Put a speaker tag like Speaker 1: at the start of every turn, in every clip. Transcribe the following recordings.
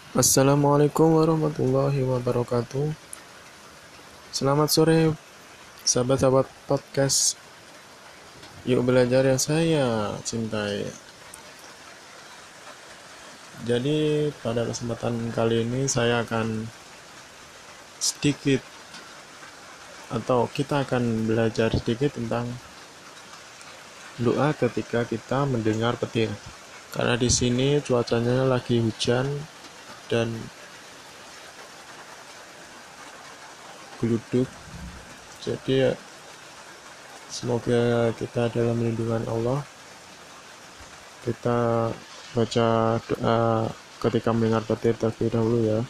Speaker 1: Assalamualaikum warahmatullahi wabarakatuh. Selamat sore, sahabat-sahabat podcast. Yuk belajar yang saya cintai. Jadi pada kesempatan kali ini saya akan sedikit atau kita akan belajar sedikit tentang doa ketika kita mendengar petir. Karena di sini cuacanya lagi hujan dan geluduk. Jadi semoga kita dalam lindungan Allah. Kita baca doa ketika mendengar petir terlebih dahulu ya.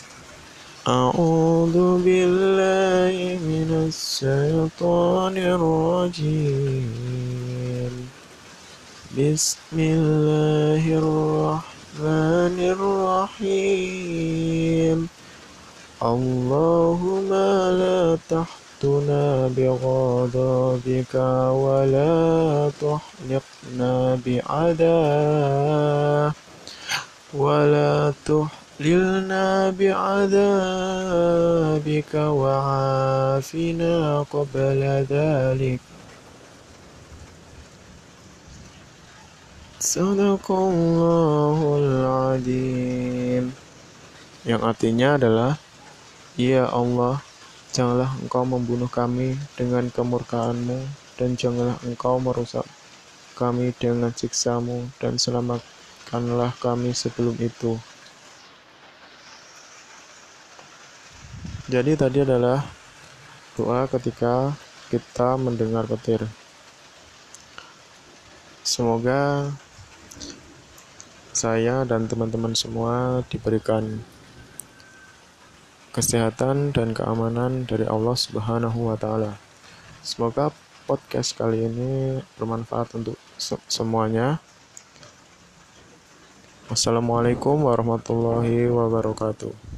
Speaker 1: A'udzu billahi minasy syaithanir rajim. Bismillahirrahmanirrahim. Allahumma la tahtuna bighadabika wa la tuhliqna bi'adab wa la tuhlilna bi'adabika wa afina qabla dhalik. Sadaqallahul adzim. Yang artinya adalah, ya Allah, janganlah Engkau membunuh kami dengan kemurkaan-Mu, dan janganlah Engkau merusak kami dengan siksa-Mu, dan selamatkanlah kami sebelum itu. Jadi tadi adalah doa ketika kita mendengar petir. Semoga saya dan teman-teman semua diberikan kesehatan dan keamanan dari Allah Subhanahu wa Ta'ala. Semoga podcast kali ini bermanfaat untuk semuanya. Wassalamualaikum warahmatullahi wabarakatuh.